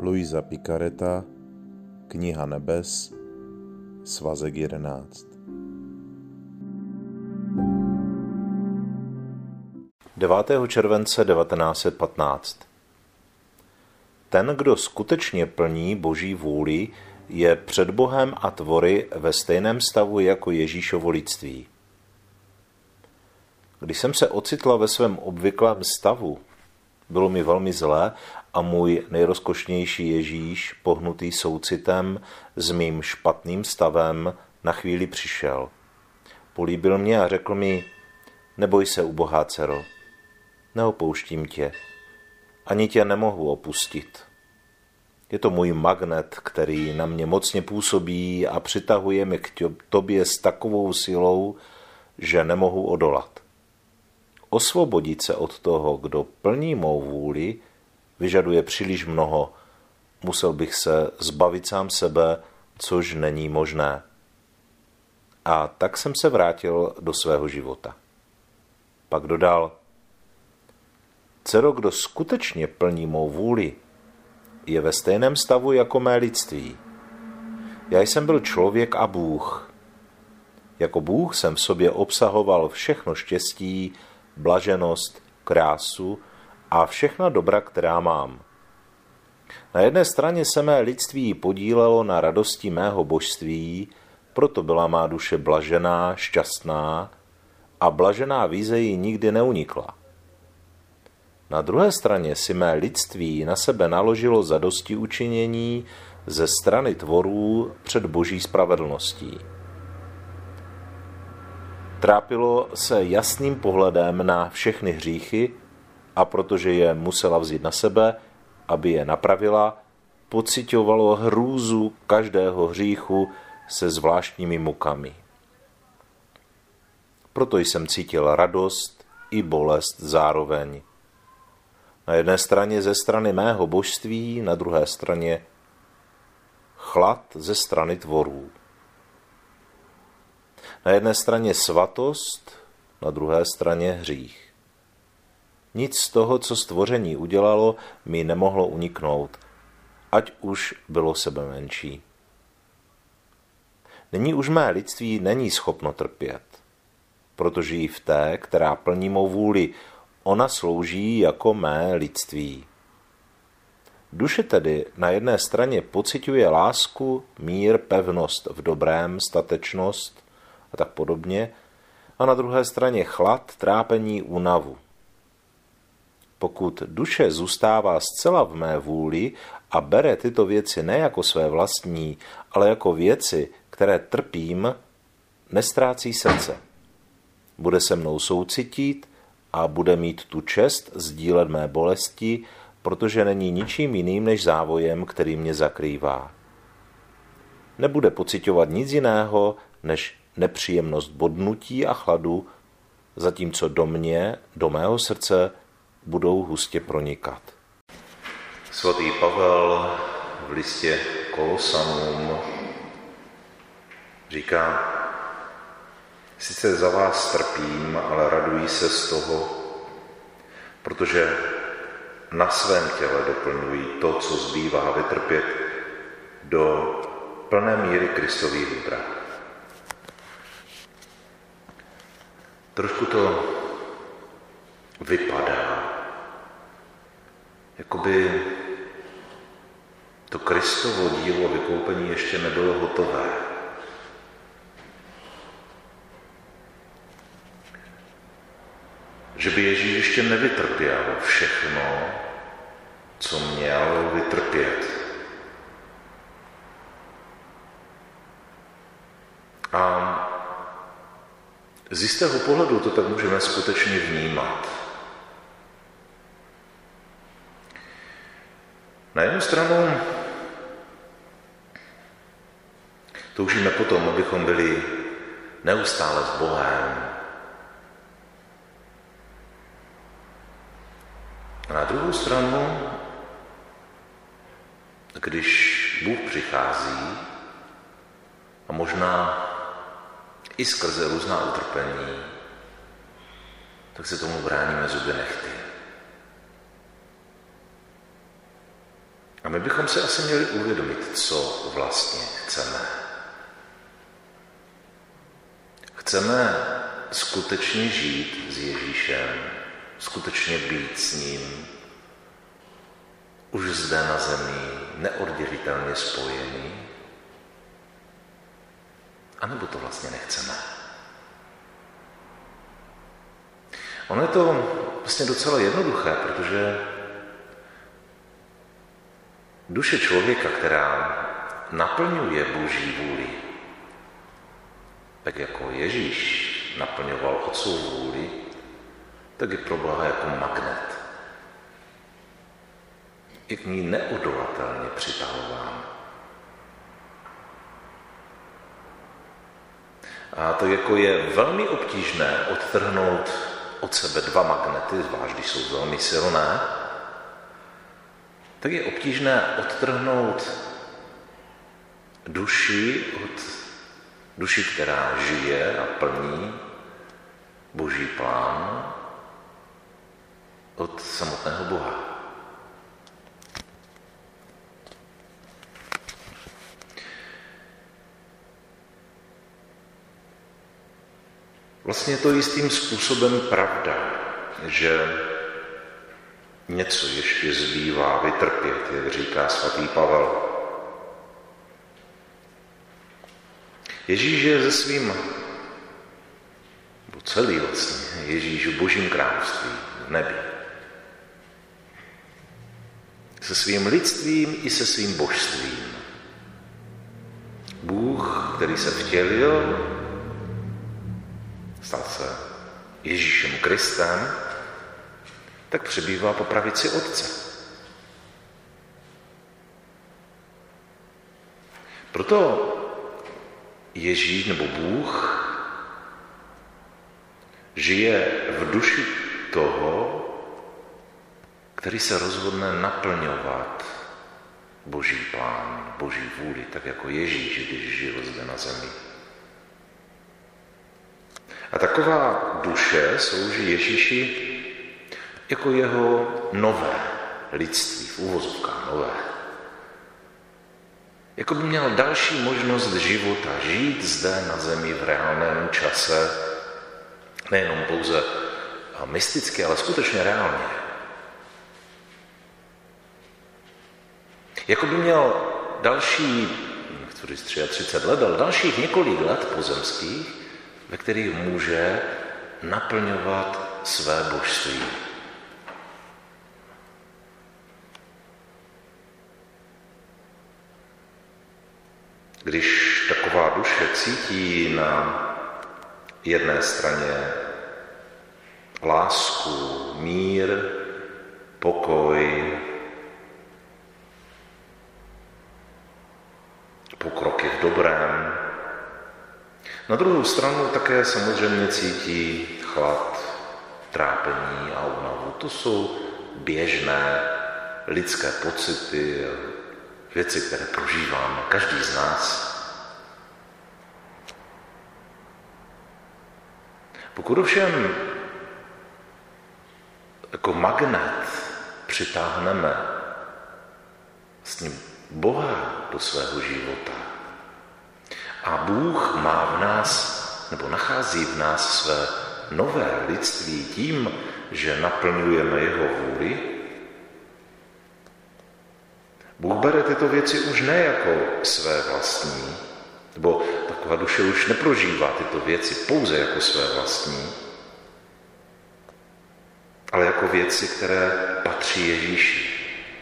Luisa Picareta, Kniha nebes, svazek 11. 9. července 1915. Ten, kdo skutečně plní Boží vůli, je před Bohem a tvory ve stejném stavu jako Ježíšovo lidství. Když jsem se ocitla ve svém obvyklém stavu, bylo mi velmi zlé a můj nejrozkošnější Ježíš, pohnutý soucitem s mým špatným stavem, na chvíli přišel. Políbil mě a řekl mi: neboj se, ubohá dcero, neopouštím tě, ani tě nemohu opustit. Je to můj magnet, který na mě mocně působí a přitahuje mě k tobě s takovou silou, že nemohu odolat. Osvobodit se od toho, kdo plní mou vůli, vyžaduje příliš mnoho. Musel bych se zbavit sám sebe, což není možné. A tak jsem se vrátil do svého života. Pak dodal: dcero, kdo skutečně plní mou vůli, je ve stejném stavu jako mé lidství. Já jsem byl člověk a Bůh. Jako Bůh jsem v sobě obsahoval všechno štěstí, blaženost, krásu a všechna dobra, která mám. Na jedné straně se mé lidství podílelo na radosti mého božství, proto byla má duše blažená, šťastná a blažená vize jí nikdy neunikla. Na druhé straně si mé lidství na sebe naložilo zadosti učinění ze strany tvorů před Boží spravedlností. Trápilo se jasným pohledem na všechny hříchy a protože je musela vzít na sebe, aby je napravila, pociťovalo hrůzu každého hříchu se zvláštními mukami. Proto jsem cítil radost i bolest zároveň. Na jedné straně ze strany mého božství, na druhé straně chlad ze strany tvorů. Na jedné straně svatost, na druhé straně hřích. Nic z toho, co stvoření udělalo, mi nemohlo uniknout, ať už bylo sebemenší. Nyní už mé lidství není schopno trpět, protože i v té, která plní mou vůli, ona slouží jako mé lidství. Duše tedy na jedné straně pociťuje lásku, mír, pevnost v dobrém, statečnost a tak podobně, a na druhé straně chlad, trápení, únavu. Pokud duše zůstává zcela v mé vůli a bere tyto věci ne jako své vlastní, ale jako věci, které trpím, nestrácí srdce. Bude se mnou soucitit a bude mít tu čest sdílet mé bolesti, protože není ničím jiným než závojem, který mě zakrývá. Nebude pociťovat nic jiného než nepříjemnost bodnutí a chladu, zatímco do mě, do mého srdce, budou hustě pronikat. Svatý Pavel v listě Kolosanům říká: sice za vás trpím, ale raduji se z toho, protože na svém těle doplňuji to, co zbývá vytrpět, do plné míry Kristových útrap. Trošku to vypadá, jakoby to Kristovo dílo vykoupení ještě nebylo hotové. Že by Ježíš ještě nevytrpěl všechno, co měl vytrpět. A z jistého pohledu to tak můžeme skutečně vnímat. Na jednu stranu toužíme potom, abychom byli neustále s Bohem. A na druhou stranu, když Bůh přichází a možná i skrze různá utrpení, tak se tomu bráníme zuby nehty. A my bychom si asi měli uvědomit, co vlastně chceme. Chceme skutečně žít s Ježíšem, skutečně být s ním, už zde na zemi, neoddělitelně spojený, anebo to vlastně nechceme. Ono je to vlastně docela jednoduché, protože duše člověka, která naplňuje Boží vůli, tak jako Ježíš naplňoval Otcovu vůli, tak je pro Boha jako magnet. Je k ní neodolatelně přitahován. A to jako je velmi obtížné odtrhnout od sebe dva magnety, zvlášť když jsou velmi silné, tak je obtížné odtrhnout duši od duši, která žije a plní Boží plán, od samotného Boha. Vlastně je to jistým způsobem pravda, že něco ještě zbývá vytrpět, jak říká svatý Pavel. Ježíš je se svým, celý vlastně, Ježíš v Božím království, v nebi. Se svým lidstvím i se svým božstvím. Bůh, který se vtělil, stal se Ježíšem Kristem, tak přebývá po pravici Otce. Proto Ježíš nebo Bůh žije v duši toho, který se rozhodne naplňovat Boží plán, Boží vůli, tak jako Ježíš, když žil zde na zemi. A taková duše slouží Ježíši jako jeho nové lidství, v uvozovkách nové. Jako by měl další možnost života, žít zde na zemi v reálném čase, nejenom pouze mysticky, ale skutečně reálně. Jako by měl další, nechci říct 33 let, ale dalších několik let pozemských, ve kterých může naplňovat své božství. Když taková duše cítí na jedné straně lásku, mír, pokoj, pokroky v dobrém, na druhou stranu také samozřejmě cítí chlad, trápení a únavu. To jsou běžné lidské pocity, věci, které prožíváme, každý z nás. Pokud ovšem jako magnet přitáhneme vlastně Boha do svého života a Bůh má v nás, nebo nachází v nás své nové lidství tím, že naplňujeme jeho vůli, Bůh bere tyto věci už ne jako své vlastní, nebo taková duše už neprožívá tyto věci pouze jako své vlastní, ale jako věci, které patří Ježíši.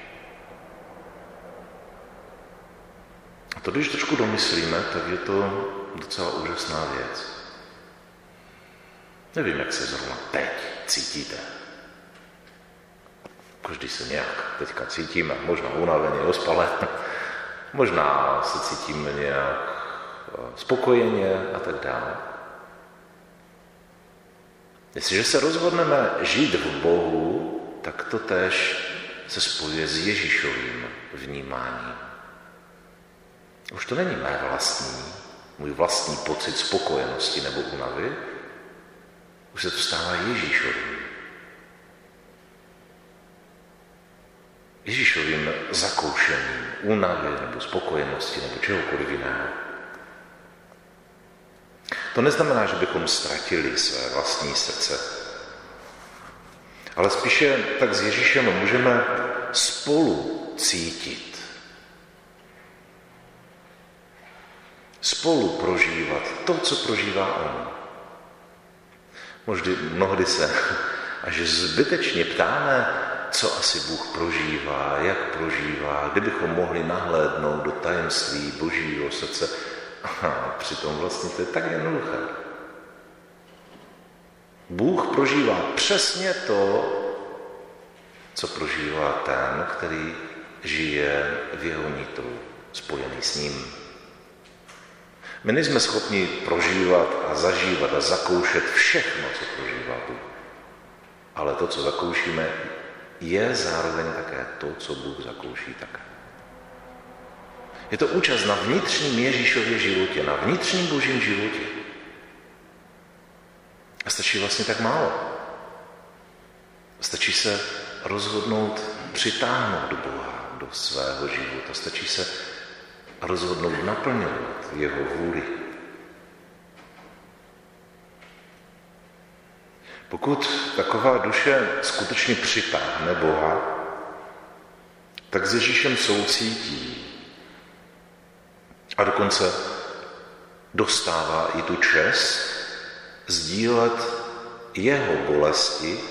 A to, když trošku domyslíme, tak je to docela úžasná věc. Nevím, jak se zrovna teď cítíte. Každý se nějak teďka cítíme, možná unaveně, ospale, možná se cítíme nějak spokojeně a tak dále. Jestliže se rozhodneme žít v Bohu, tak to též se spojuje s Ježíšovým vnímáním. Už to není mé vlastní, můj vlastní pocit spokojenosti nebo únavy, už se to stává Ježíšovým. Ježíšovým zakoušení únavy nebo spokojenosti nebo čehokoliv jiného. To neznamená, že bychom ztratili své vlastní srdce, ale spíše tak s Ježíšem můžeme spolu cítit, spolu prožívat to, co prožívá on. Mnohdy se až zbytečně ptáme, co asi Bůh prožívá, jak prožívá, kdybychom mohli nahlédnout do tajemství Božího srdce. A přitom vlastně to je tak jednoduché. Bůh prožívá přesně to, co prožívá ten, který žije v jeho nitru, spojený s ním. My nejsme schopni prožívat a zažívat a zakoušet všechno, co prožívá Bůh. Ale to, co zakoušíme, je zároveň také to, co Bůh zakouší také. Je to účast na vnitřním Ježíšově životě, na vnitřním Božím životě. A stačí vlastně tak málo. Stačí se rozhodnout přitáhnout Boha do svého života. Stačí se rozhodnout naplňovat jeho vůli. Pokud taková duše skutečně přitáhne Boha, tak s Ježíšem soucítí a dokonce dostává i tu čest sdílet jeho bolesti,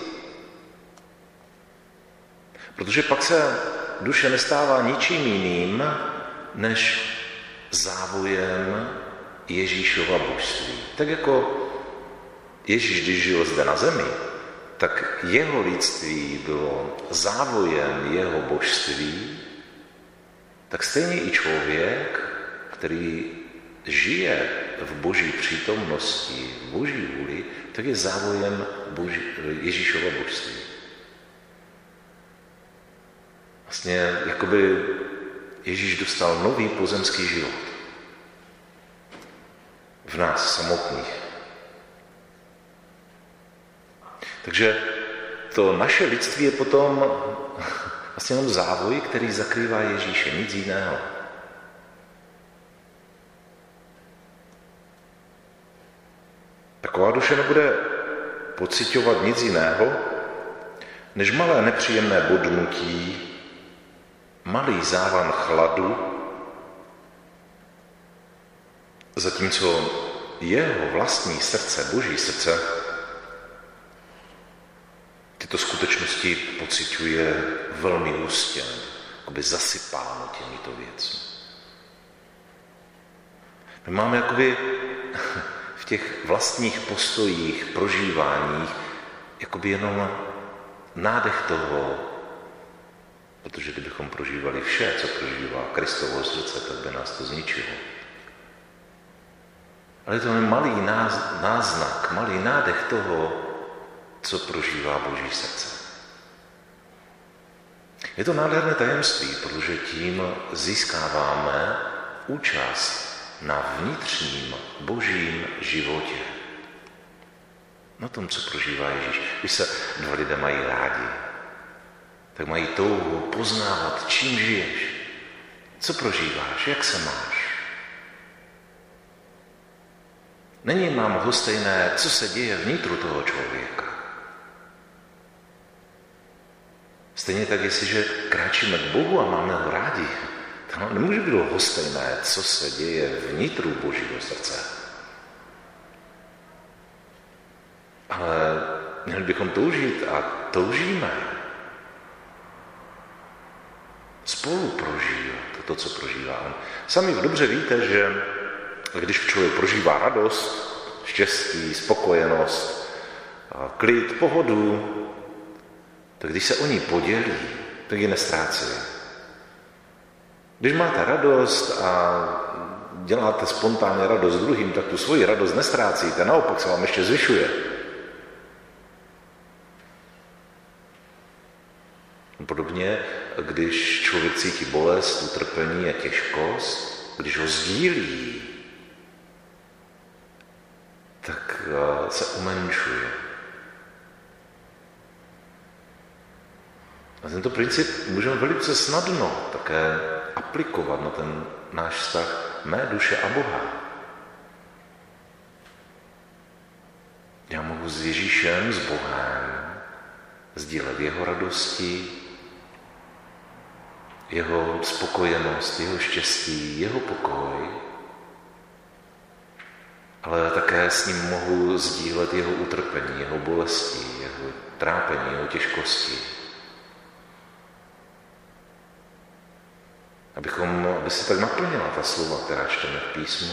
protože pak se duše nestává ničím jiným, než závojem Ježíšova božství. Tak jako Ježíš, když žil zde na zemi, tak jeho lidství bylo závojem jeho božství, tak stejně i člověk, který žije v Boží přítomnosti, v Boží vůli, tak je závojem Ježíšova božství. Vlastně jakoby Ježíš dostal nový pozemský život v nás samotných. Takže to naše lidství je potom vlastně jenom závoj, který zakrývá Ježíše, nic jiného. Taková duše nebude pociťovat nic jiného, než malé nepříjemné bodnutí, malý závan chladu, zatímco jeho vlastní srdce, Boží srdce, tyto skutečnosti pociťuje velmi ústěn, jakoby zasypáno těmito věcmi. My máme jakoby v těch vlastních postojích, prožíváních, jakoby jenom nádech toho, protože kdybychom prožívali vše, co prožívá Kristovo srdce, tak by nás to zničilo. Ale je to malý náznak, malý nádech toho, co prožívá Boží srdce. Je to nádherné tajemství, protože tím získáváme účast na vnitřním Božím životě. Na tom, co prožívá Ježíš. Když se dva lidé mají rádi, tak mají touhu poznávat, čím žiješ, co prožíváš, jak se máš. Není nám lhostejné, co se děje vnitru toho člověka. Stejně tak, jestliže kráčíme k Bohu a máme ho rádi, tak nám nemůže být lhostejné, co se děje vnitru Božího srdce. Ale měli bychom toužit a toužíme spolu prožívat to, co prožívá on. Sami dobře víte, že když člověk prožívá radost, štěstí, spokojenost, klid, pohodu, tak když se o ní podělí, tak ji nestrácí. Když máte radost a děláte spontánně radost druhým, tak tu svoji radost nestrácíte, naopak se vám ještě zvyšuje. Podobně, když člověk cítí bolest, utrpení a těžkost, když ho sdílí, tak se umenšuje. A tento princip můžeme velice snadno také aplikovat na ten náš vztah mé duše a Boha. Já mohu s Ježíšem, s Bohem, sdílet jeho radosti, jeho spokojenost, jeho štěstí, jeho pokoj, ale také s ním mohu sdílet jeho utrpení, jeho bolesti, jeho trápení, jeho těžkosti. Aby se tak naplnila ta slova, která čteme v písmu.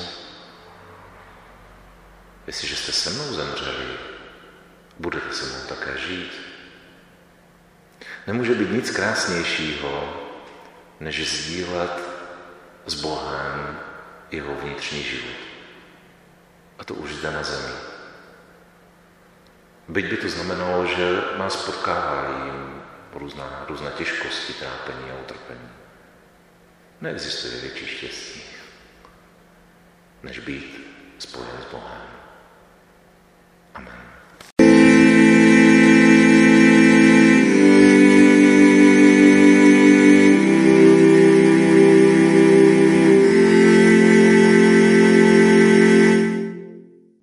Jestliže jste se mnou zemřeli, budete se mnou také žít. Nemůže být nic krásnějšího, než sdílet s Bohem jeho vnitřní život. A to už zde na zemi. Byť by to znamenalo, že nás potkávají různé těžkosti, trápení a utrpení. Neexistuje větší štěstí, než být spojen s Bohem.